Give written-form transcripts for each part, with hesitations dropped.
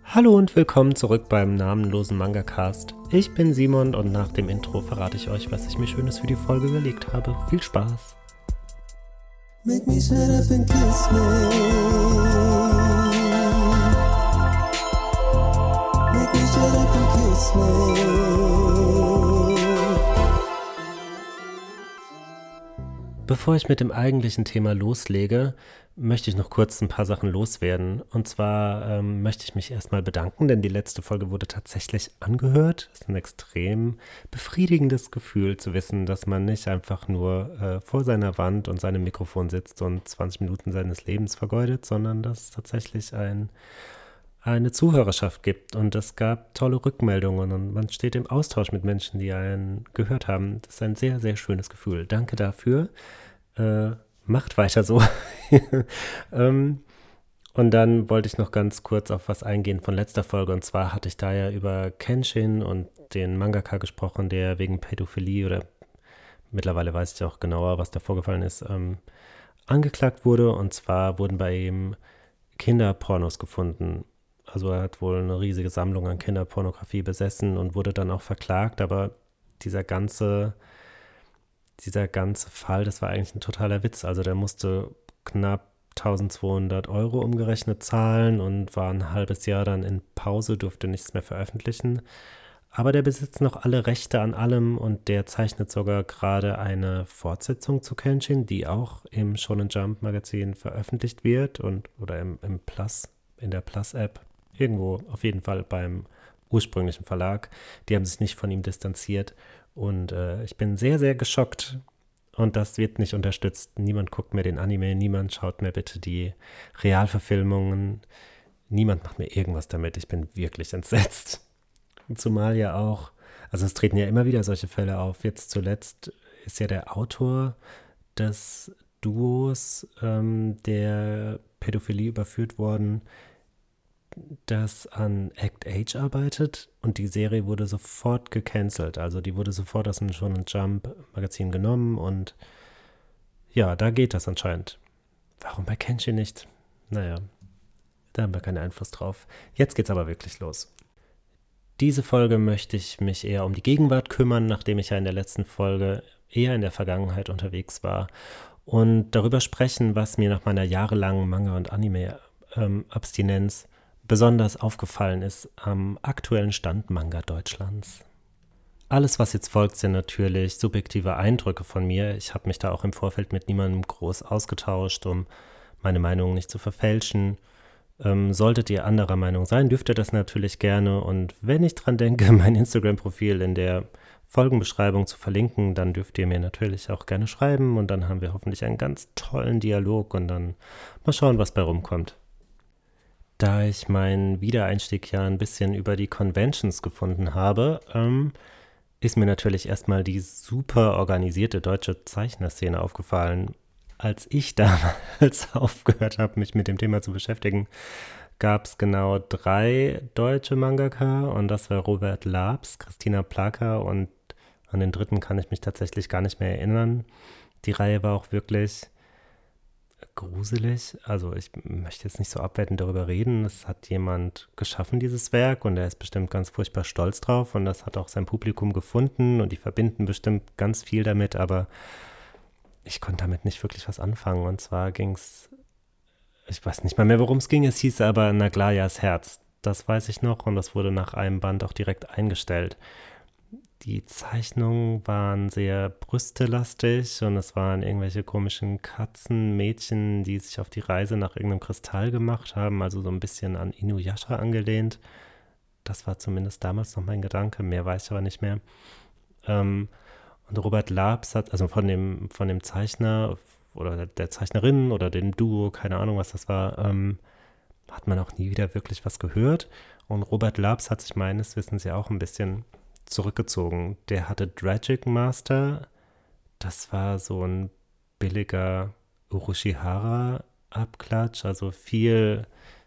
Hallo und willkommen zurück beim namenlosen Manga-Cast. Ich bin Simon und nach dem Intro verrate ich euch, was ich mir Schönes für die Folge überlegt habe. Viel Spaß! Make me shut up and kiss me. Make me shut up and kiss me. Bevor ich mit dem eigentlichen Thema loslege, möchte ich noch kurz ein paar Sachen loswerden. Und zwar möchte ich mich erstmal bedanken, denn die letzte Folge wurde tatsächlich angehört. Es ist ein extrem befriedigendes Gefühl zu wissen, dass man nicht einfach nur vor seiner Wand und seinem Mikrofon sitzt und 20 Minuten seines Lebens vergeudet, sondern dass es tatsächlich eine Zuhörerschaft gibt. Und es gab tolle Rückmeldungen und man steht im Austausch mit Menschen, die einen gehört haben. Das ist ein sehr, sehr schönes Gefühl. Danke dafür. Macht weiter so. Und dann wollte ich noch ganz kurz auf was eingehen von letzter Folge. Und zwar hatte ich da ja über Kenshin und den Mangaka gesprochen, der wegen Pädophilie oder mittlerweile weiß ich auch genauer, was da vorgefallen ist, angeklagt wurde. Und zwar wurden bei ihm Kinderpornos gefunden. Also er hat wohl eine riesige Sammlung an Kinderpornografie besessen und wurde dann auch verklagt. Aber dieser ganze Fall, das war eigentlich ein totaler Witz. Also der musste knapp 1200 € umgerechnet zahlen und war ein halbes Jahr dann in Pause, durfte nichts mehr veröffentlichen. Aber der besitzt noch alle Rechte an allem und der zeichnet sogar gerade eine Fortsetzung zu Kenshin, die auch im Shonen Jump Magazin veröffentlicht wird oder in der Plus-App, irgendwo auf jeden Fall beim ursprünglichen Verlag. Die haben sich nicht von ihm distanziert. Und ich bin sehr, sehr geschockt und das wird nicht unterstützt. Niemand guckt mehr den Anime, niemand schaut mehr bitte die Realverfilmungen, niemand macht mir irgendwas damit. Ich bin wirklich entsetzt. Zumal ja auch, also es treten ja immer wieder solche Fälle auf. Jetzt zuletzt ist ja der Autor des Duos der Pädophilie überführt worden, das an Act Age arbeitet und die Serie wurde sofort gecancelt. Also die wurde sofort aus dem Shonen Jump Magazin genommen und ja, da geht das anscheinend. Warum bei Kenshin nicht? Naja, da haben wir keinen Einfluss drauf. Jetzt geht's aber wirklich los. Diese Folge möchte ich mich eher um die Gegenwart kümmern, nachdem ich ja in der letzten Folge eher in der Vergangenheit unterwegs war und darüber sprechen, was mir nach meiner jahrelangen Manga- und Anime-Abstinenz besonders aufgefallen ist am aktuellen Stand Manga Deutschlands. Alles, was jetzt folgt, sind natürlich subjektive Eindrücke von mir. Ich habe mich da auch im Vorfeld mit niemandem groß ausgetauscht, um meine Meinung nicht zu verfälschen. Solltet ihr anderer Meinung sein, dürft ihr das natürlich gerne. Und wenn ich dran denke, mein Instagram-Profil in der Folgenbeschreibung zu verlinken, dann dürft ihr mir natürlich auch gerne schreiben. Und dann haben wir hoffentlich einen ganz tollen Dialog und dann mal schauen, was bei rumkommt. Da ich meinen Wiedereinstieg ja ein bisschen über die Conventions gefunden habe, ist mir natürlich erstmal die super organisierte deutsche Zeichnerszene aufgefallen. Als ich damals aufgehört habe, mich mit dem Thema zu beschäftigen, gab es genau 3 deutsche Mangaka und das war Robert Labs, Christina Plaka und an den dritten kann ich mich tatsächlich gar nicht mehr erinnern. Die Reihe war auch wirklich gruselig. Also ich möchte jetzt nicht so abwertend darüber reden. Es hat jemand geschaffen, dieses Werk, und er ist bestimmt ganz furchtbar stolz drauf und das hat auch sein Publikum gefunden und die verbinden bestimmt ganz viel damit, aber ich konnte damit nicht wirklich was anfangen. Und zwar ging es, ich weiß nicht mal mehr, worum es ging. Es hieß aber Naglayas Herz. Das weiß ich noch und das wurde nach einem Band auch direkt eingestellt. Die Zeichnungen waren sehr brüstelastig und es waren irgendwelche komischen Katzenmädchen, die sich auf die Reise nach irgendeinem Kristall gemacht haben, also so ein bisschen an Inuyasha angelehnt. Das war zumindest damals noch mein Gedanke, mehr weiß ich aber nicht mehr. Und Robert Labs hat, also von dem Zeichner oder der Zeichnerin oder dem Duo, keine Ahnung, was das war, hat man auch nie wieder wirklich was gehört. Und Robert Labs hat sich meines Wissens ja auch ein bisschen zurückgezogen. Der hatte Dragic Master, das war so ein billiger Urushihara-Abklatsch, also viel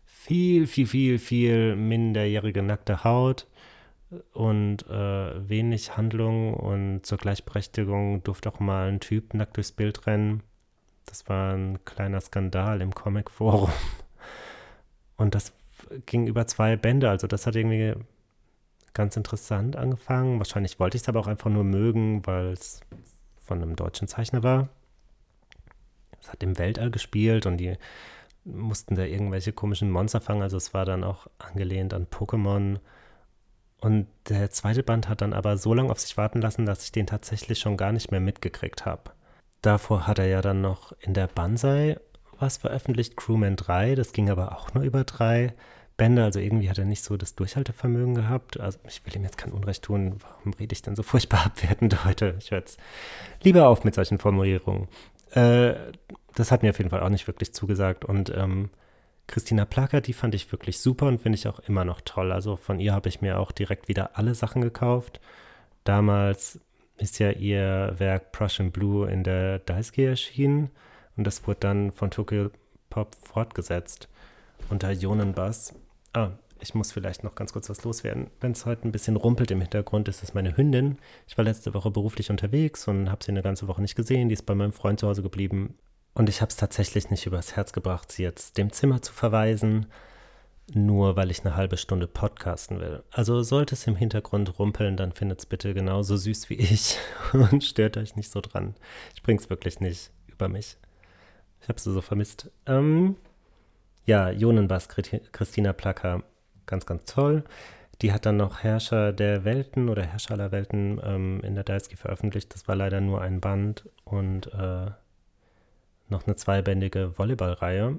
minderjährige nackte Haut und wenig Handlung und zur Gleichberechtigung durfte auch mal ein Typ nackt durchs Bild rennen. Das war ein kleiner Skandal im Comic-Forum. Und das ging über 2 Bände, also das hat irgendwie ganz interessant angefangen. Wahrscheinlich wollte ich es aber auch einfach nur mögen, weil es von einem deutschen Zeichner war. Es hat im Weltall gespielt und die mussten da irgendwelche komischen Monster fangen, also es war dann auch angelehnt an Pokémon. Und der zweite Band hat dann aber so lange auf sich warten lassen, dass ich den tatsächlich schon gar nicht mehr mitgekriegt habe. Davor hat er ja dann noch in der Banzai was veröffentlicht, Crewman 3, das ging aber auch nur über 3 Bände, also irgendwie hat er nicht so das Durchhaltevermögen gehabt. Also ich will ihm jetzt kein Unrecht tun, warum rede ich denn so furchtbar abwertend heute? Ich höre jetzt lieber auf mit solchen Formulierungen. Das hat mir auf jeden Fall auch nicht wirklich zugesagt und Christina Plaka, die fand ich wirklich super und finde ich auch immer noch toll. Also von ihr habe ich mir auch direkt wieder alle Sachen gekauft. Damals ist ja ihr Werk Prussian Blue in der Daisuke erschienen und das wurde dann von Tokyopop fortgesetzt unter Yonenbass. Ich muss vielleicht noch ganz kurz was loswerden. Wenn es heute ein bisschen rumpelt im Hintergrund, ist es meine Hündin. Ich war letzte Woche beruflich unterwegs und habe sie eine ganze Woche nicht gesehen. Die ist bei meinem Freund zu Hause geblieben. Und ich habe es tatsächlich nicht übers Herz gebracht, sie jetzt dem Zimmer zu verweisen, nur weil ich eine halbe Stunde podcasten will. Also sollte es im Hintergrund rumpeln, dann findet es bitte genauso süß wie ich und stört euch nicht so dran. Ich bring's wirklich nicht über mich. Ich habe sie so vermisst. Ja, Yonenbass, Christina Plaka, ganz, ganz toll. Die hat dann noch Herrscher der Welten oder Herrscher aller Welten in der Daisuke veröffentlicht. Das war leider nur ein Band und noch eine 2-bändige Volleyballreihe.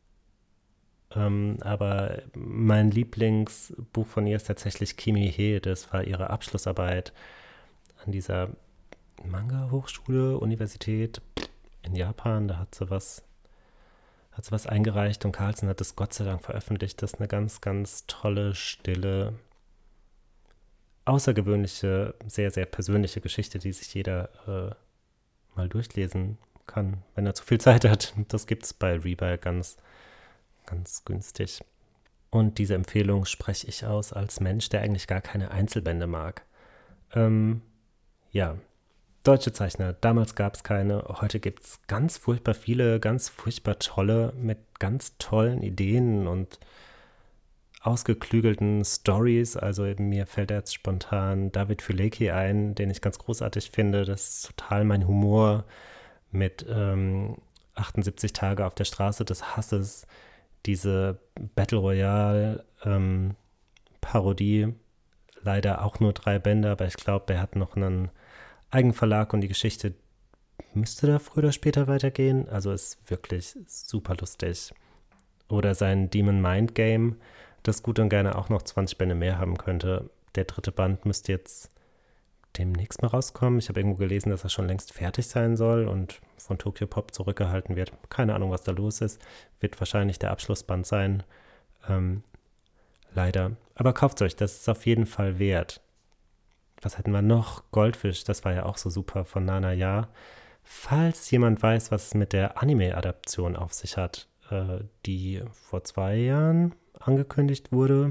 Aber mein Lieblingsbuch von ihr ist tatsächlich Kimi He. Das war ihre Abschlussarbeit an dieser Manga-Hochschule, Universität in Japan. Da hat sie was eingereicht und Carlsen hat es Gott sei Dank veröffentlicht. Das ist eine ganz, ganz tolle, stille, außergewöhnliche, sehr, sehr persönliche Geschichte, die sich jeder mal durchlesen kann, wenn er zu viel Zeit hat. Das gibt es bei Rebuy ganz, ganz günstig. Und diese Empfehlung spreche ich aus als Mensch, der eigentlich gar keine Einzelbände mag. Ja, deutsche Zeichner, damals gab es keine, heute gibt es ganz furchtbar viele, ganz furchtbar tolle, mit ganz tollen Ideen und ausgeklügelten Stories. Also mir fällt jetzt spontan David Fülecki ein, den ich ganz großartig finde. Das ist total mein Humor mit 78 Tage auf der Straße des Hasses, diese Battle Royale Parodie, leider auch nur 3 Bände, aber ich glaube, der hat noch einen Eigenverlag und die Geschichte müsste da früher oder später weitergehen. Also ist wirklich super lustig. Oder sein Demon Mind Game, das gut und gerne auch noch 20 Bände mehr haben könnte. Der 3. Band müsste jetzt demnächst mal rauskommen. Ich habe irgendwo gelesen, dass er schon längst fertig sein soll und von Tokyopop zurückgehalten wird. Keine Ahnung, was da los ist. Wird wahrscheinlich der Abschlussband sein. Leider. Aber kauft euch, das ist auf jeden Fall wert. Was hätten wir noch? Goldfisch, das war ja auch so super von Nana Ja. Falls jemand weiß, was es mit der Anime-Adaption auf sich hat, die vor 2 Jahren angekündigt wurde,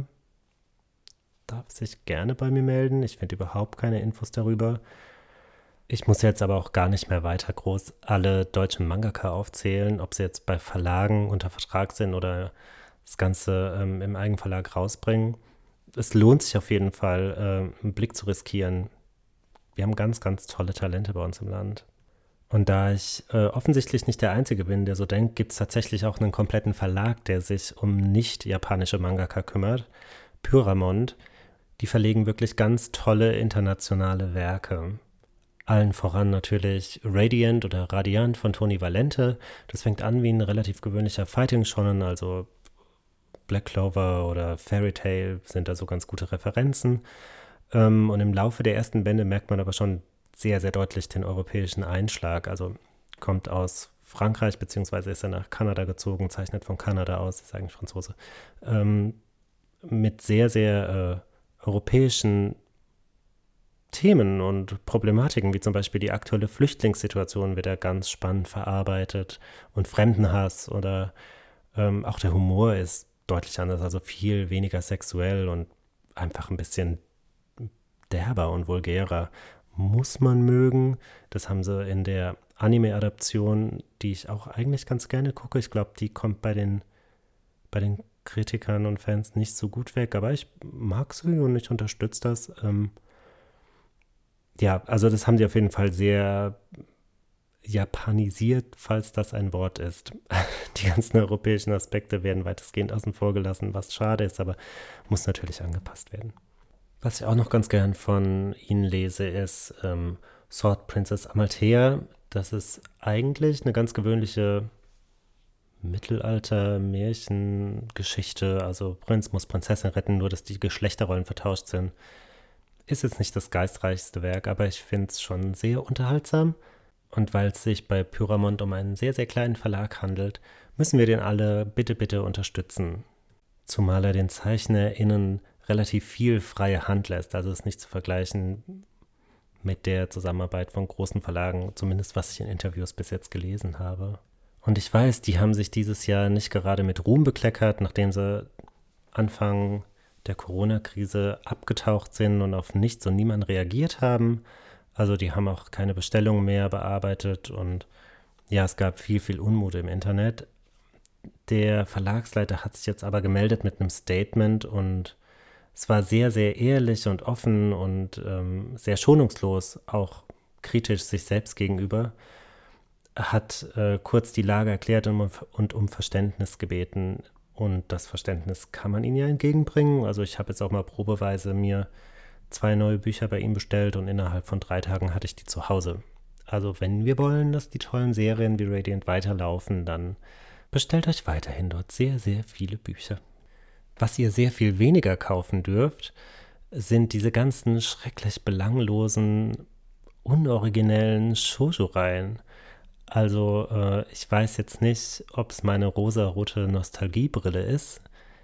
darf sich gerne bei mir melden. Ich finde überhaupt keine Infos darüber. Ich muss jetzt aber auch gar nicht mehr weiter groß alle deutschen Mangaka aufzählen, ob sie jetzt bei Verlagen unter Vertrag sind oder das Ganze im Eigenverlag rausbringen. Es lohnt sich auf jeden Fall, einen Blick zu riskieren. Wir haben ganz, ganz tolle Talente bei uns im Land. Und da ich offensichtlich nicht der Einzige bin, der so denkt, gibt es tatsächlich auch einen kompletten Verlag, der sich um nicht japanische Mangaka kümmert. Pyramond. Die verlegen wirklich ganz tolle internationale Werke. Allen voran natürlich Radiant oder Radiant von Toni Valente. Das fängt an wie ein relativ gewöhnlicher Fighting Shonen, also Black Clover oder Fairy Tail sind da so ganz gute Referenzen. Und im Laufe der ersten Bände merkt man aber schon sehr, sehr deutlich den europäischen Einschlag. Also kommt aus Frankreich, beziehungsweise ist er nach Kanada gezogen, zeichnet von Kanada aus, ist eigentlich Franzose. Mit sehr, sehr europäischen Themen und Problematiken, wie zum Beispiel die aktuelle Flüchtlingssituation, wird er ganz spannend verarbeitet und Fremdenhass oder auch der Humor ist deutlich anders, also viel weniger sexuell und einfach ein bisschen derber und vulgärer. Muss man mögen. Das haben sie in der Anime-Adaption, die ich auch eigentlich ganz gerne gucke. Ich glaube, die kommt bei den Kritikern und Fans nicht so gut weg, aber ich mag sie und ich unterstütze das. Ja, also das haben die auf jeden Fall sehr japanisiert, falls das ein Wort ist. Die ganzen europäischen Aspekte werden weitestgehend außen vor gelassen, was schade ist, aber muss natürlich angepasst werden. Was ich auch noch ganz gern von Ihnen lese, ist Sword Princess Amalthea. Das ist eigentlich eine ganz gewöhnliche Mittelalter-Märchengeschichte. Also Prinz muss Prinzessin retten, nur dass die Geschlechterrollen vertauscht sind. Ist jetzt nicht das geistreichste Werk, aber ich finde es schon sehr unterhaltsam. Und weil es sich bei Pyramond um einen sehr, sehr kleinen Verlag handelt, müssen wir den alle bitte, bitte unterstützen. Zumal er den ZeichnerInnen relativ viel freie Hand lässt. Also ist nicht zu vergleichen mit der Zusammenarbeit von großen Verlagen, zumindest was ich in Interviews bis jetzt gelesen habe. Und ich weiß, die haben sich dieses Jahr nicht gerade mit Ruhm bekleckert, nachdem sie Anfang der Corona-Krise abgetaucht sind und auf nichts und niemand reagiert haben. Also die haben auch keine Bestellungen mehr bearbeitet und ja, es gab viel, viel Unmut im Internet. Der Verlagsleiter hat sich jetzt aber gemeldet mit einem Statement und es war sehr, sehr ehrlich und offen und sehr schonungslos, auch kritisch sich selbst gegenüber. Er hat kurz die Lage erklärt und um Verständnis gebeten. Und das Verständnis kann man ihnen ja entgegenbringen. Also ich habe jetzt auch mal probeweise mir 2 neue Bücher bei ihm bestellt und innerhalb von 3 Tagen hatte ich die zu Hause. Also wenn wir wollen, dass die tollen Serien wie Radiant weiterlaufen, dann bestellt euch weiterhin dort sehr, sehr viele Bücher. Was ihr sehr viel weniger kaufen dürft, sind diese ganzen schrecklich belanglosen, unoriginellen Shoujo-Reihen. Also ich weiß jetzt nicht, ob es meine rosarote Nostalgiebrille ist,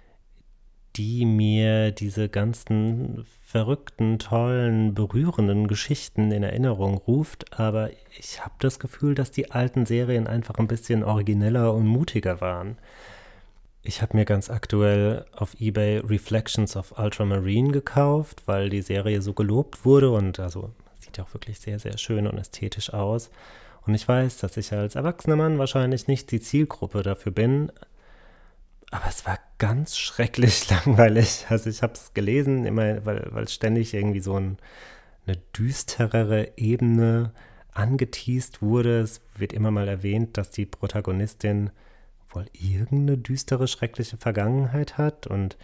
die mir diese ganzen verrückten, tollen, berührenden Geschichten in Erinnerung ruft, aber ich habe das Gefühl, dass die alten Serien einfach ein bisschen origineller und mutiger waren. Ich habe mir ganz aktuell auf eBay Reflections of Ultramarine gekauft, weil die Serie so gelobt wurde und also sieht ja auch wirklich sehr, sehr schön und ästhetisch aus. Und ich weiß, dass ich als erwachsener Mann wahrscheinlich nicht die Zielgruppe dafür bin, aber es war ganz schrecklich langweilig. Also ich habe es gelesen, immer, weil ständig irgendwie so eine düsterere Ebene angeteast wurde. Es wird immer mal erwähnt, dass die Protagonistin wohl irgendeine düstere, schreckliche Vergangenheit hat und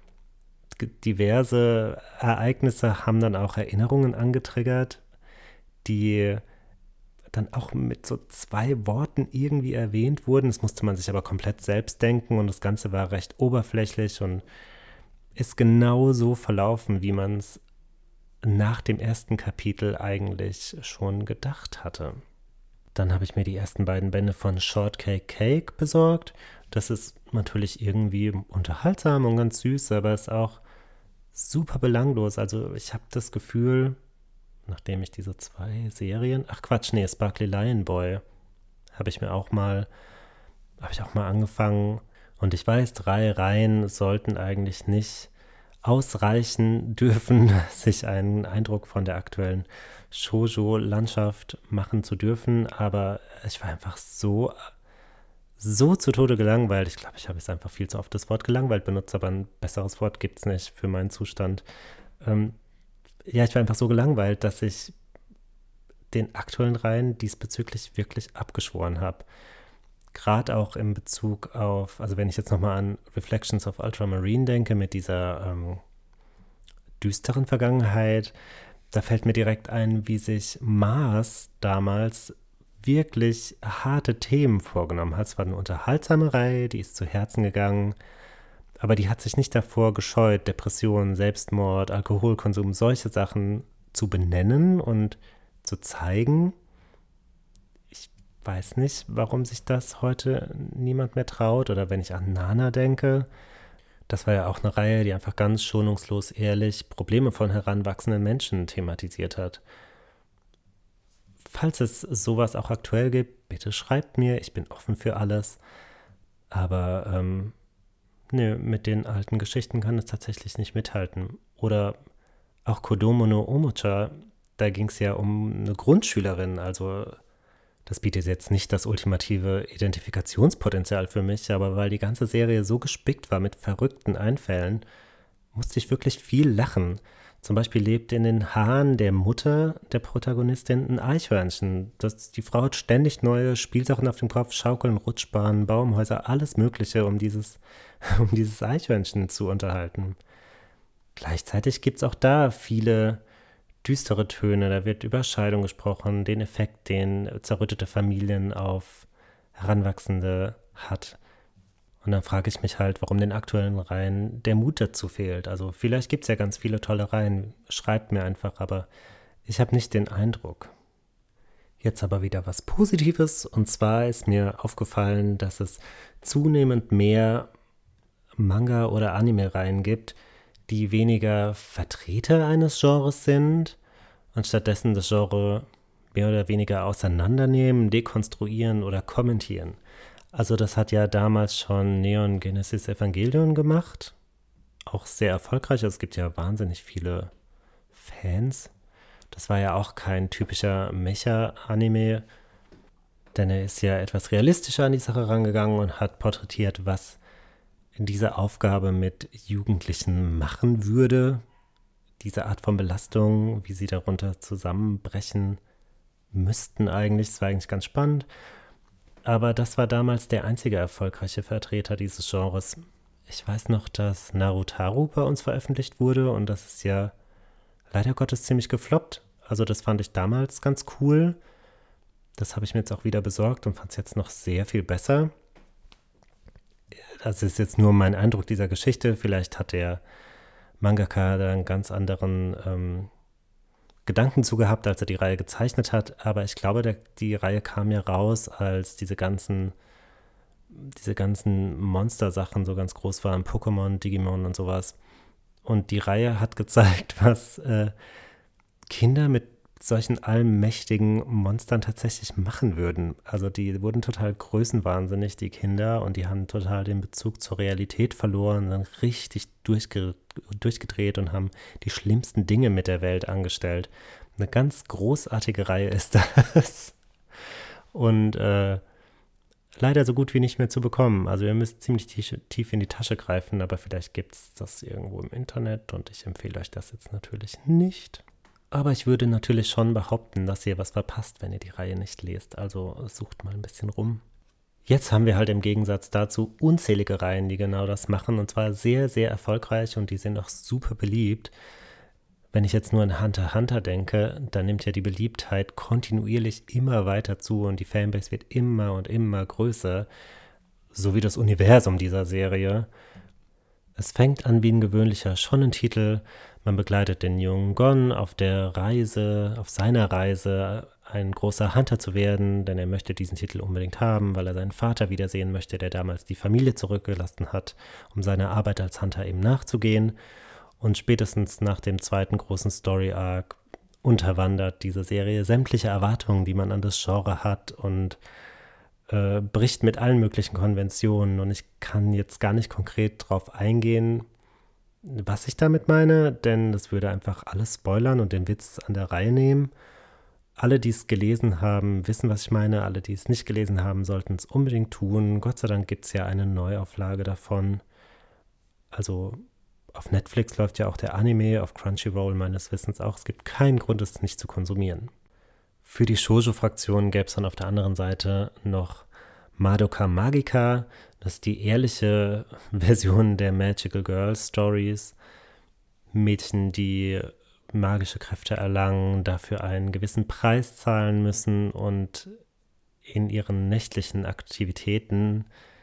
diverse Ereignisse haben dann auch Erinnerungen angetriggert, die dann auch mit so 2 Worten irgendwie erwähnt wurden. Das musste man sich aber komplett selbst denken und das Ganze war recht oberflächlich und ist genau so verlaufen, wie man es nach dem ersten Kapitel eigentlich schon gedacht hatte. Dann habe ich mir die ersten beiden Bände von Shortcake Cake besorgt. Das ist natürlich irgendwie unterhaltsam und ganz süß, aber ist auch super belanglos. Also ich habe das Gefühl, nachdem ich diese 2 Serien, Sparkly Lion Boy habe ich auch mal angefangen. Und ich weiß, 3 Reihen sollten eigentlich nicht ausreichen dürfen, sich einen Eindruck von der aktuellen Shoujo-Landschaft machen zu dürfen, aber ich war einfach so zu Tode gelangweilt. Ich glaube, ich habe jetzt einfach viel zu oft das Wort gelangweilt benutzt, aber ein besseres Wort gibt es nicht für meinen Zustand. Ja, ich war einfach so gelangweilt, dass ich den aktuellen Reihen diesbezüglich wirklich abgeschworen habe. Gerade auch in Bezug auf, also wenn ich jetzt nochmal an Reflections of Ultramarine denke, mit dieser düsteren Vergangenheit, da fällt mir direkt ein, wie sich Mars damals wirklich harte Themen vorgenommen hat. Es war eine unterhaltsame Reihe, die ist zu Herzen gegangen, aber die hat sich nicht davor gescheut, Depressionen, Selbstmord, Alkoholkonsum, solche Sachen zu benennen und zu zeigen. Ich weiß nicht, warum sich das heute niemand mehr traut. Oder wenn ich an Nana denke, das war ja auch eine Reihe, die einfach ganz schonungslos ehrlich Probleme von heranwachsenden Menschen thematisiert hat. Falls es sowas auch aktuell gibt, bitte schreibt mir, ich bin offen für alles. Aber mit den alten Geschichten kann es tatsächlich nicht mithalten. Oder auch Kodomo no Omocha, da ging es ja um eine Grundschülerin, also Das bietet jetzt nicht das ultimative Identifikationspotenzial für mich, aber weil die ganze Serie so gespickt war mit verrückten Einfällen, musste ich wirklich viel lachen. Zum Beispiel lebt in den Haaren der Mutter der Protagonistin ein Eichhörnchen. Die Frau hat ständig neue Spielsachen auf dem Kopf, Schaukeln, Rutschbahnen, Baumhäuser, alles Mögliche, um dieses Eichhörnchen zu unterhalten. Gleichzeitig gibt es auch da viele düstere Töne. Da wird über Scheidung gesprochen, den Effekt, den zerrüttete Familien auf Heranwachsende hat. Und dann frage ich mich halt, warum den aktuellen Reihen der Mut dazu fehlt. Also vielleicht gibt es ja ganz viele tolle Reihen, schreibt mir einfach, aber ich habe nicht den Eindruck. Jetzt aber wieder was Positives, und zwar ist mir aufgefallen, dass es zunehmend mehr Manga- oder Anime-Reihen gibt, die weniger Vertreter eines Genres sind und stattdessen das Genre mehr oder weniger auseinandernehmen, dekonstruieren oder kommentieren. Also das hat ja damals schon Neon Genesis Evangelion gemacht, auch sehr erfolgreich, es gibt ja wahnsinnig viele Fans. Das war ja auch kein typischer Mecha-Anime, denn er ist ja etwas realistischer an die Sache rangegangen und hat porträtiert, was diese Aufgabe mit Jugendlichen machen würde, diese Art von Belastung, wie sie darunter zusammenbrechen müssten eigentlich. Das war eigentlich ganz spannend. Aber das war damals der einzige erfolgreiche Vertreter dieses Genres. Ich weiß noch, dass Narutaru bei uns veröffentlicht wurde und das ist ja leider Gottes ziemlich gefloppt. Also das fand ich damals ganz cool. Das habe ich mir jetzt auch wieder besorgt und fand es jetzt noch sehr viel besser. Das ist jetzt nur mein Eindruck dieser Geschichte. Vielleicht hat der Mangaka da einen ganz anderen Gedanken zu gehabt, als er die Reihe gezeichnet hat. Aber ich glaube, die Reihe kam ja raus, als diese ganzen Monster-Sachen so ganz groß waren. Pokémon, Digimon und sowas. Und die Reihe hat gezeigt, was Kinder mit solchen allmächtigen Monstern tatsächlich machen würden. Also die wurden total größenwahnsinnig, die Kinder, und die haben total den Bezug zur Realität verloren, sind richtig durchgedreht und haben die schlimmsten Dinge mit der Welt angestellt. Eine ganz großartige Reihe ist das. Und leider so gut wie nicht mehr zu bekommen. Also ihr müsst ziemlich tief in die Tasche greifen, aber vielleicht gibt es das irgendwo im Internet und ich empfehle euch das jetzt natürlich nicht. Aber ich würde natürlich schon behaupten, dass ihr was verpasst, wenn ihr die Reihe nicht lest. Also sucht mal ein bisschen rum. Jetzt haben wir halt im Gegensatz dazu unzählige Reihen, die genau das machen. Und zwar sehr, sehr erfolgreich und die sind auch super beliebt. Wenn ich jetzt nur an Hunter x Hunter denke, dann nimmt ja die Beliebtheit kontinuierlich immer weiter zu und die Fanbase wird immer und immer größer. So wie das Universum dieser Serie. Es fängt an wie ein gewöhnlicher Shonen-Titel. Man begleitet den jungen Gon auf seiner Reise, ein großer Hunter zu werden, denn er möchte diesen Titel unbedingt haben, weil er seinen Vater wiedersehen möchte, der damals die Familie zurückgelassen hat, um seiner Arbeit als Hunter eben nachzugehen. Und spätestens nach dem zweiten großen Story-Arc unterwandert diese Serie sämtliche Erwartungen, die man an das Genre hat und bricht mit allen möglichen Konventionen. Und ich kann jetzt gar nicht konkret drauf eingehen, was ich damit meine, denn das würde einfach alles spoilern und den Witz an der Reihe nehmen. Alle, die es gelesen haben, wissen, was ich meine. Alle, die es nicht gelesen haben, sollten es unbedingt tun. Gott sei Dank gibt es ja eine Neuauflage davon. Also auf Netflix läuft ja auch der Anime, auf Crunchyroll meines Wissens auch. Es gibt keinen Grund, es nicht zu konsumieren. Für die Shoujo-Fraktion gäbe es dann auf der anderen Seite noch Madoka Magica. Das ist die ehrliche Version der Magical Girl Stories. Mädchen, die magische Kräfte erlangen, dafür einen gewissen Preis zahlen müssen und in ihren nächtlichen Aktivitäten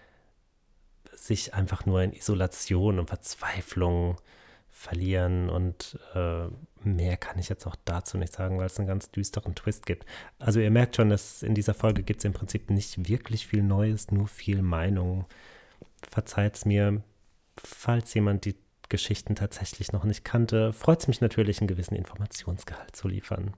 sich einfach nur in Isolation und Verzweiflung verlieren und mehr kann ich jetzt auch dazu nicht sagen, weil es einen ganz düsteren Twist gibt. Also ihr merkt schon, dass in dieser Folge gibt es im Prinzip nicht wirklich viel Neues, nur viel Meinung. Verzeiht's mir, falls jemand die Geschichten tatsächlich noch nicht kannte, freut es mich natürlich, einen gewissen Informationsgehalt zu liefern.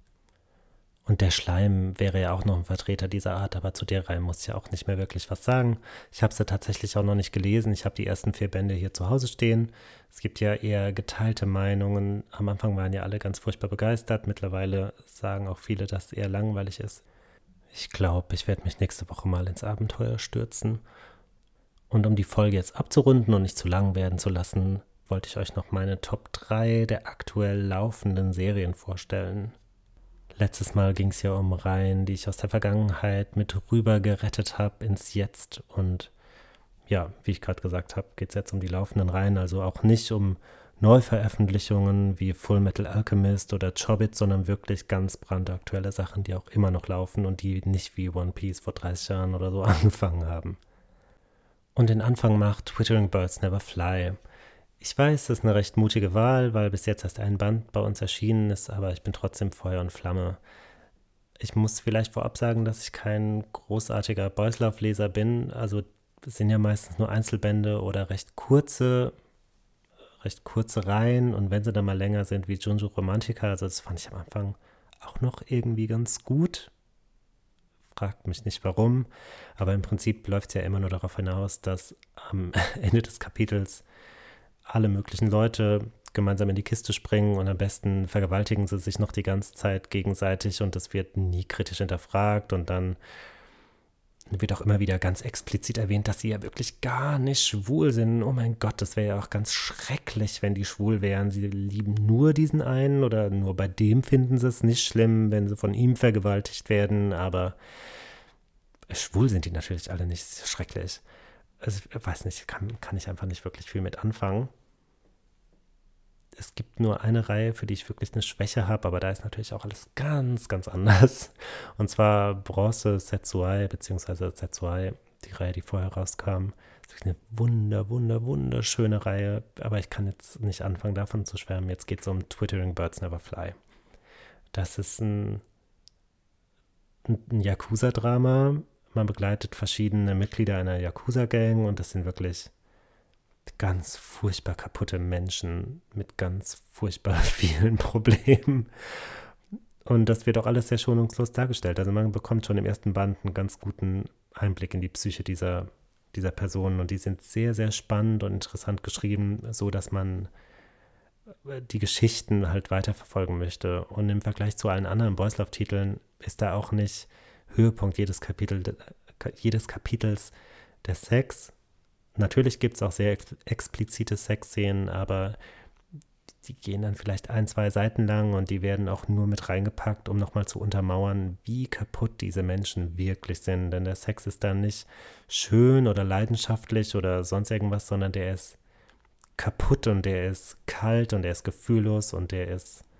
Und der Schleim wäre ja auch noch ein Vertreter dieser Art, aber zu der Reihe muss ich ja auch nicht mehr wirklich was sagen. Ich habe sie tatsächlich auch noch nicht gelesen. Ich habe die ersten 4 Bände hier zu Hause stehen. Es gibt ja eher geteilte Meinungen. Am Anfang waren ja alle ganz furchtbar begeistert. Mittlerweile sagen auch viele, dass es eher langweilig ist. Ich glaube, ich werde mich nächste Woche mal ins Abenteuer stürzen. Und um die Folge jetzt abzurunden und nicht zu lang werden zu lassen, wollte ich euch noch meine Top 3 der aktuell laufenden Serien vorstellen. Letztes Mal ging es ja um Reihen, die ich aus der Vergangenheit mit rüber gerettet habe ins Jetzt. Und ja, wie ich gerade gesagt habe, geht es jetzt um die laufenden Reihen, also auch nicht um Neuveröffentlichungen wie Full Metal Alchemist oder Chobbit, sondern wirklich ganz brandaktuelle Sachen, die auch immer noch laufen und die nicht wie One Piece vor 30 Jahren oder so angefangen haben. Und den Anfang macht Twittering Birds Never Fly. Ich weiß, das ist eine recht mutige Wahl, weil bis jetzt erst ein Band bei uns erschienen ist, aber ich bin trotzdem Feuer und Flamme. Ich muss vielleicht vorab sagen, dass ich kein großartiger Boys Love Leser bin. Also es sind ja meistens nur Einzelbände oder recht kurze Reihen. Und wenn sie dann mal länger sind wie Junjo Romantica, also das fand ich am Anfang auch noch irgendwie ganz gut. Fragt mich nicht warum, aber im Prinzip läuft es ja immer nur darauf hinaus, dass am Ende des Kapitels alle möglichen Leute gemeinsam in die Kiste springen und am besten vergewaltigen sie sich noch die ganze Zeit gegenseitig und das wird nie kritisch hinterfragt und dann wird auch immer wieder ganz explizit erwähnt, dass sie ja wirklich gar nicht schwul sind. Oh mein Gott, das wäre ja auch ganz schrecklich, wenn die schwul wären. Sie lieben nur diesen einen oder nur bei dem finden sie es nicht schlimm, wenn sie von ihm vergewaltigt werden, aber schwul sind die natürlich alle nicht. Das ist ja schrecklich. Also, ich weiß nicht, kann ich einfach nicht wirklich viel mit anfangen. Es gibt nur eine Reihe, für die ich wirklich eine Schwäche habe, aber da ist natürlich auch alles ganz, ganz anders. Und zwar Bronze Setsuai, beziehungsweise Setsuai, die Reihe, die vorher rauskam. Das ist eine wunderschöne Reihe, aber ich kann jetzt nicht anfangen, davon zu schwärmen. Jetzt geht es um Twittering Birds Never Fly. Das ist ein Yakuza-Drama. Man begleitet verschiedene Mitglieder einer Yakuza-Gang und das sind wirklich ganz furchtbar kaputte Menschen mit ganz furchtbar vielen Problemen. Und das wird auch alles sehr schonungslos dargestellt. Also man bekommt schon im ersten Band einen ganz guten Einblick in die Psyche dieser Personen. Und die sind sehr, sehr spannend und interessant geschrieben, so dass man die Geschichten halt weiterverfolgen möchte. Und im Vergleich zu allen anderen Boys Love-Titeln ist da auch nicht Höhepunkt jedes Kapitels der Sex. Natürlich gibt es auch sehr explizite Sexszenen, aber die gehen dann vielleicht 1-2 Seiten lang und die werden auch nur mit reingepackt, um nochmal zu untermauern, wie kaputt diese Menschen wirklich sind. Denn der Sex ist dann nicht schön oder leidenschaftlich oder sonst irgendwas, sondern der ist kaputt und der ist kalt und der ist gefühllos und der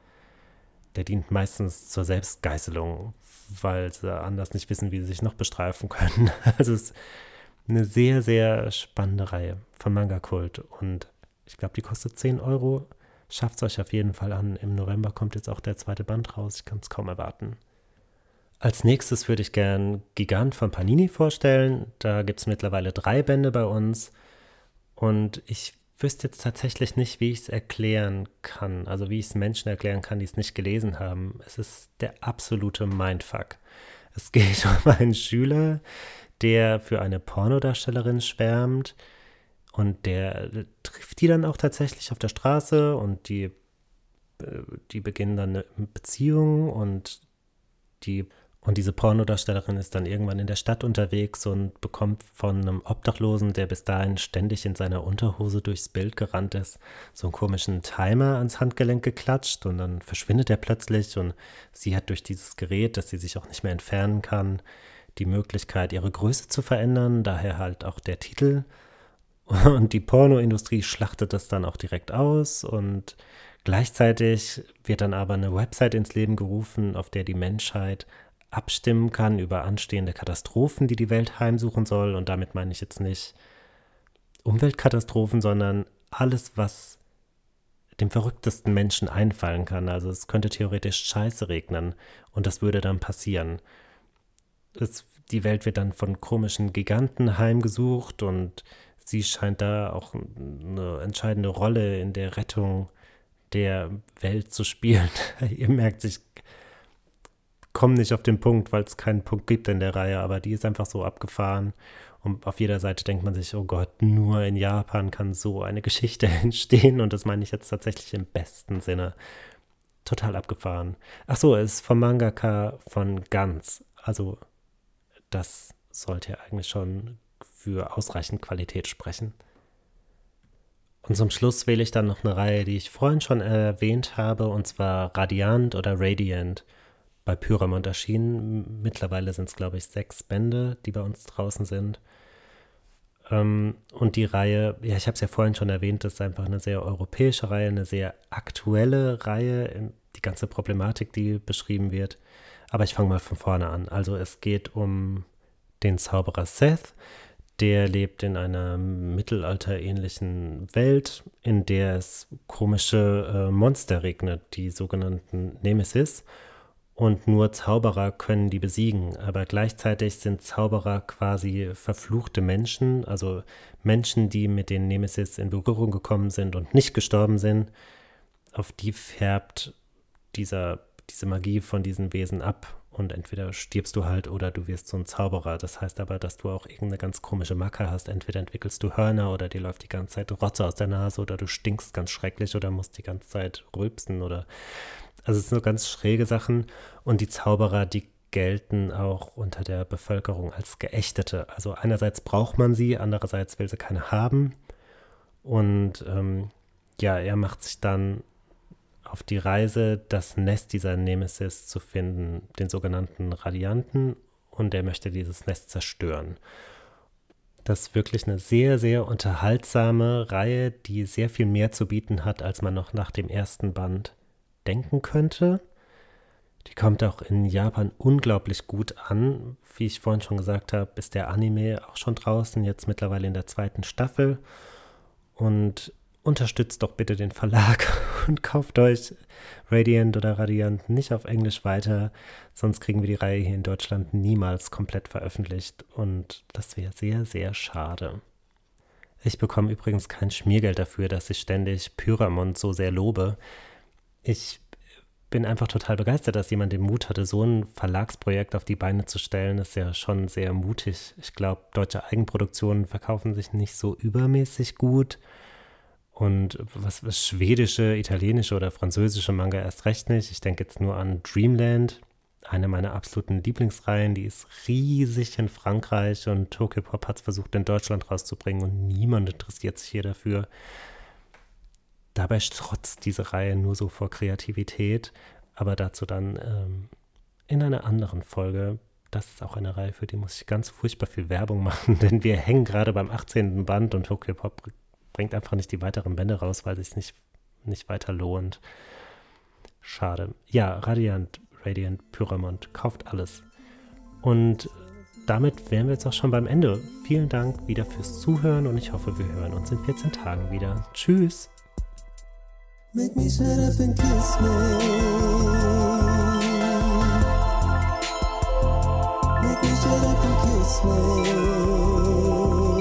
dient meistens zur Selbstgeißelung, weil sie anders nicht wissen, wie sie sich noch bestreifen können. Also es ist eine sehr, sehr spannende Reihe von Manga Kult und ich glaube, die kostet 10 Euro. Schafft es euch auf jeden Fall an. Im November kommt jetzt auch der zweite Band raus. Ich kann es kaum erwarten. Als nächstes würde ich gern Gigant von Panini vorstellen. Da gibt es mittlerweile 3 Bände bei uns und ich wüsste jetzt tatsächlich nicht, wie ich es erklären kann. Also wie ich es Menschen erklären kann, die es nicht gelesen haben. Es ist der absolute Mindfuck. Es geht um einen Schüler, der für eine Pornodarstellerin schwärmt und der trifft die dann auch tatsächlich auf der Straße und die beginnen dann eine Beziehung und diese Pornodarstellerin ist dann irgendwann in der Stadt unterwegs und bekommt von einem Obdachlosen, der bis dahin ständig in seiner Unterhose durchs Bild gerannt ist, so einen komischen Timer ans Handgelenk geklatscht und dann verschwindet er plötzlich und sie hat durch dieses Gerät, das sie sich auch nicht mehr entfernen kann, die Möglichkeit, ihre Größe zu verändern, daher halt auch der Titel. Und die Pornoindustrie schlachtet das dann auch direkt aus und gleichzeitig wird dann aber eine Website ins Leben gerufen, auf der die Menschheit abstimmen kann über anstehende Katastrophen, die die Welt heimsuchen soll. Und damit meine ich jetzt nicht Umweltkatastrophen, sondern alles, was dem verrücktesten Menschen einfallen kann. Also es könnte theoretisch Scheiße regnen und das würde dann passieren. Die Welt wird dann von komischen Giganten heimgesucht und sie scheint da auch eine entscheidende Rolle in der Rettung der Welt zu spielen. Ihr merkt, ich komme nicht auf den Punkt, weil es keinen Punkt gibt in der Reihe, aber die ist einfach so abgefahren. Und auf jeder Seite denkt man sich, oh Gott, nur in Japan kann so eine Geschichte entstehen. Und das meine ich jetzt tatsächlich im besten Sinne. Total abgefahren. Ach so, es ist vom Mangaka von Guns. Also das sollte ja eigentlich schon für ausreichend Qualität sprechen. Und zum Schluss wähle ich dann noch eine Reihe, die ich vorhin schon erwähnt habe, und zwar Radiant oder Radiant, bei Pyramont erschienen. Mittlerweile sind es, glaube ich, 6 Bände, die bei uns draußen sind. Und die Reihe, ja, ich habe es ja vorhin schon erwähnt, das ist einfach eine sehr europäische Reihe, eine sehr aktuelle Reihe, die ganze Problematik, die beschrieben wird. Aber ich fange mal von vorne an. Also es geht um den Zauberer Seth. Der lebt in einer mittelalterähnlichen Welt, in der es komische Monster regnet, die sogenannten Nemesis. Und nur Zauberer können die besiegen. Aber gleichzeitig sind Zauberer quasi verfluchte Menschen, also Menschen, die mit den Nemesis in Berührung gekommen sind und nicht gestorben sind. Auf die färbt diese Magie von diesen Wesen ab. Und entweder stirbst du halt oder du wirst so ein Zauberer. Das heißt aber, dass du auch irgendeine ganz komische Macke hast. Entweder entwickelst du Hörner oder dir läuft die ganze Zeit Rotze aus der Nase oder du stinkst ganz schrecklich oder musst die ganze Zeit rülpsen oder... Also es sind so ganz schräge Sachen. Und die Zauberer, die gelten auch unter der Bevölkerung als Geächtete. Also einerseits braucht man sie, andererseits will sie keine haben. Und er macht sich dann auf die Reise, das Nest dieser Nemesis zu finden, den sogenannten Radianten. Und er möchte dieses Nest zerstören. Das ist wirklich eine sehr, sehr unterhaltsame Reihe, die sehr viel mehr zu bieten hat, als man noch nach dem ersten Band denken könnte. Die kommt auch in Japan unglaublich gut an. Wie ich vorhin schon gesagt habe, ist der Anime auch schon draußen, jetzt mittlerweile in der 2. Staffel. Und unterstützt doch bitte den Verlag und kauft euch Radiant oder Radiant nicht auf Englisch weiter, sonst kriegen wir die Reihe hier in Deutschland niemals komplett veröffentlicht und das wäre sehr, sehr schade. Ich bekomme übrigens kein Schmiergeld dafür, dass ich ständig Pyramont so sehr lobe. Ich bin einfach total begeistert, dass jemand den Mut hatte, so ein Verlagsprojekt auf die Beine zu stellen. Das ist ja schon sehr mutig. Ich glaube, deutsche Eigenproduktionen verkaufen sich nicht so übermäßig gut. Und was schwedische, italienische oder französische Manga erst recht nicht. Ich denke jetzt nur an Dreamland, eine meiner absoluten Lieblingsreihen. Die ist riesig in Frankreich und Tokyopop hat es versucht, in Deutschland rauszubringen und niemand interessiert sich hier dafür. Dabei strotzt diese Reihe nur so vor Kreativität, aber dazu dann in einer anderen Folge. Das ist auch eine Reihe, für die muss ich ganz furchtbar viel Werbung machen, denn wir hängen gerade beim 18. Band und Tokyopop bringt einfach nicht die weiteren Bände raus, weil es sich nicht weiter lohnt. Schade. Ja, Radiant, Pyramont, kauft alles. Und damit wären wir jetzt auch schon beim Ende. Vielen Dank wieder fürs Zuhören und ich hoffe, wir hören uns in 14 Tagen wieder. Tschüss! Make me shut up and kiss me. Make me shut up and kiss me.